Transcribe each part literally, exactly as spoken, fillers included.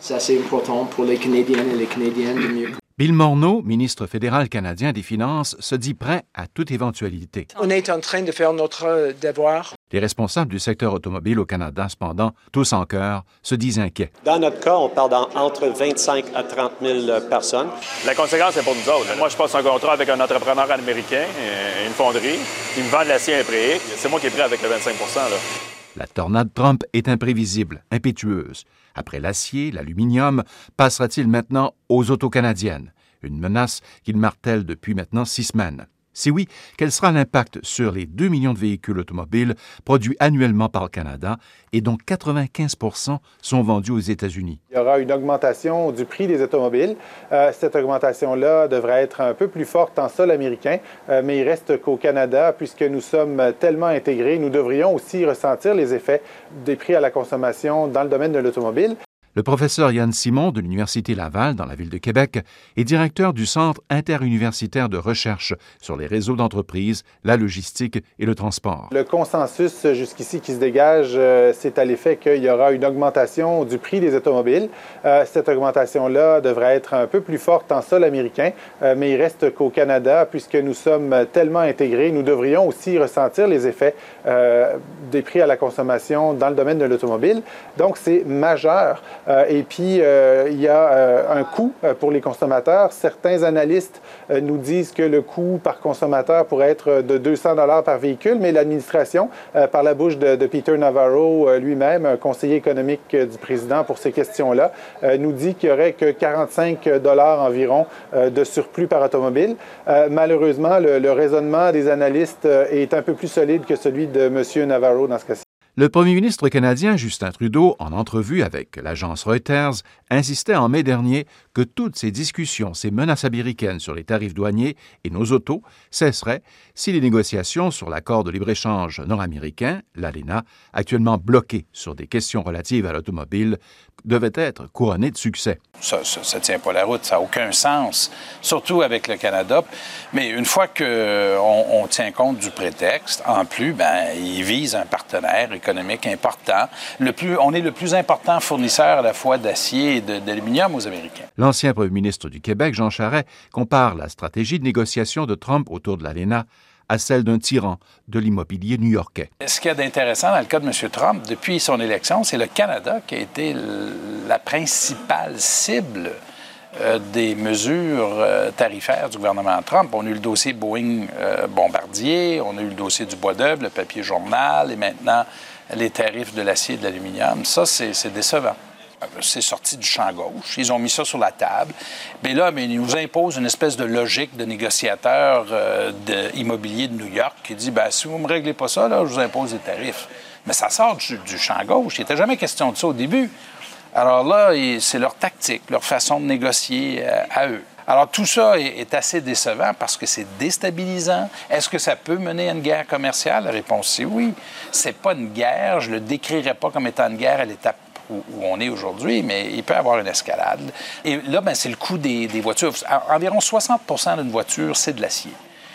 C'est assez important pour les Canadiennes et les Canadiens de mieux. Bill Morneau, ministre fédéral canadien des Finances, se dit prêt à toute éventualité. On est en train de faire notre devoir. Les responsables du secteur automobile au Canada, cependant, tous en chœur, se disent inquiets. Dans notre cas, on parle d'entre vingt-cinq à trente mille personnes. La conséquence, c'est pour nous autres. Moi, je passe un contrat avec un entrepreneur américain, une fonderie. Ils me vendent l'acier à prix. C'est moi qui ai pris avec le vingt-cinq pour cent. Là. La tornade Trump est imprévisible, impétueuse. Après l'acier, l'aluminium, passera-t-il maintenant aux autos canadiennes? Une menace qu'il martèle depuis maintenant six semaines. Si oui, quel sera l'impact sur les deux millions de véhicules automobiles produits annuellement par le Canada et dont quatre-vingt-quinze pour cent sont vendus aux États-Unis? Il y aura une augmentation du prix des automobiles. Euh, cette augmentation-là devrait être un peu plus forte en sol américain, euh, mais il reste qu'au Canada, puisque nous sommes tellement intégrés, nous devrions aussi ressentir les effets des prix à la consommation dans le domaine de l'automobile. Le professeur Yann Simon de l'Université Laval, dans la ville de Québec, est directeur du Centre interuniversitaire de recherche sur les réseaux d'entreprises, la logistique et le transport. Le consensus jusqu'ici qui se dégage, euh, c'est à l'effet qu'il y aura une augmentation du prix des automobiles. Euh, cette augmentation-là devrait être un peu plus forte en sol américain, euh, mais il reste qu'au Canada, puisque nous sommes tellement intégrés, nous devrions aussi ressentir les effets euh, des prix à la consommation dans le domaine de l'automobile. Donc, c'est majeur. Euh, et puis, euh, il y a euh, un coût euh, pour les consommateurs. Certains analystes euh, nous disent que le coût par consommateur pourrait être de deux cents dollars par véhicule, mais l'administration, euh, par la bouche de, de Peter Navarro euh, lui-même, un conseiller économique euh, du président pour ces questions-là, euh, nous dit qu'il n'y aurait que quarante-cinq dollars environ euh, de surplus par automobile. Euh, malheureusement, le, le raisonnement des analystes euh, est un peu plus solide que celui de M. Navarro dans ce cas-ci. Le premier ministre canadien Justin Trudeau, en entrevue avec l'agence Reuters, insistait en mai dernier que toutes ces discussions, ces menaces américaines sur les tarifs douaniers et nos autos cesseraient si les négociations sur l'accord de libre-échange nord-américain, l'A L E N A, actuellement bloquées sur des questions relatives à l'automobile, devaient être couronnées de succès. Ça ne tient pas la route, ça n'a aucun sens, surtout avec le Canada. Mais une fois qu'on on tient compte du prétexte, en plus, ben, il vise un partenaire économique important. Le plus, on est le plus important fournisseur à la fois d'acier et de, d'aluminium aux Américains. L'ancien premier ministre du Québec, Jean Charest, compare la stratégie de négociation de Trump autour de l'A L E N A à celle d'un tyran de l'immobilier new-yorkais. Ce qu'il y a d'intéressant dans le cas de M. Trump, depuis son élection, c'est le Canada qui a été la principale cible euh, des mesures euh, tarifaires du gouvernement Trump. On a eu le dossier Boeing euh, Bombardier, on a eu le dossier du bois d'œuvre, le papier journal et maintenant les tarifs de l'acier et de l'aluminium. Ça, c'est, c'est décevant. C'est sorti du champ gauche. Ils ont mis ça sur la table. Mais là, mais ils nous imposent une espèce de logique de négociateur euh, de immobilier de New York qui dit, ben si vous ne me réglez pas ça, là, je vous impose des tarifs. Mais ça sort du, du champ gauche. Il n'était jamais question de ça au début. Alors là, c'est leur tactique, leur façon de négocier euh, à eux. Alors, tout ça est, est assez décevant parce que c'est déstabilisant. Est-ce que ça peut mener à une guerre commerciale? La réponse, c'est oui. C'est pas une guerre. Je le décrirais pas comme étant une guerre à l'étape où, où on est aujourd'hui, mais il peut y avoir une escalade. Et là, ben, c'est le coût des, des voitures. Environ soixante pour cent d'une voiture, c'est de l'acier.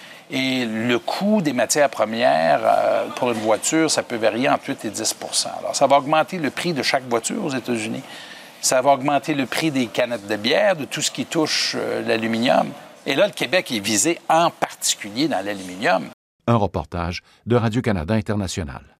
Et le coût des matières premières euh, pour une voiture, ça peut varier entre huit et dix pour cent. Alors, ça va augmenter le prix de chaque voiture aux États-Unis. Ça va augmenter le prix des canettes de bière, de tout ce qui touche euh, l'aluminium. Et là, le Québec est visé en particulier dans l'aluminium. Un reportage de Radio-Canada International.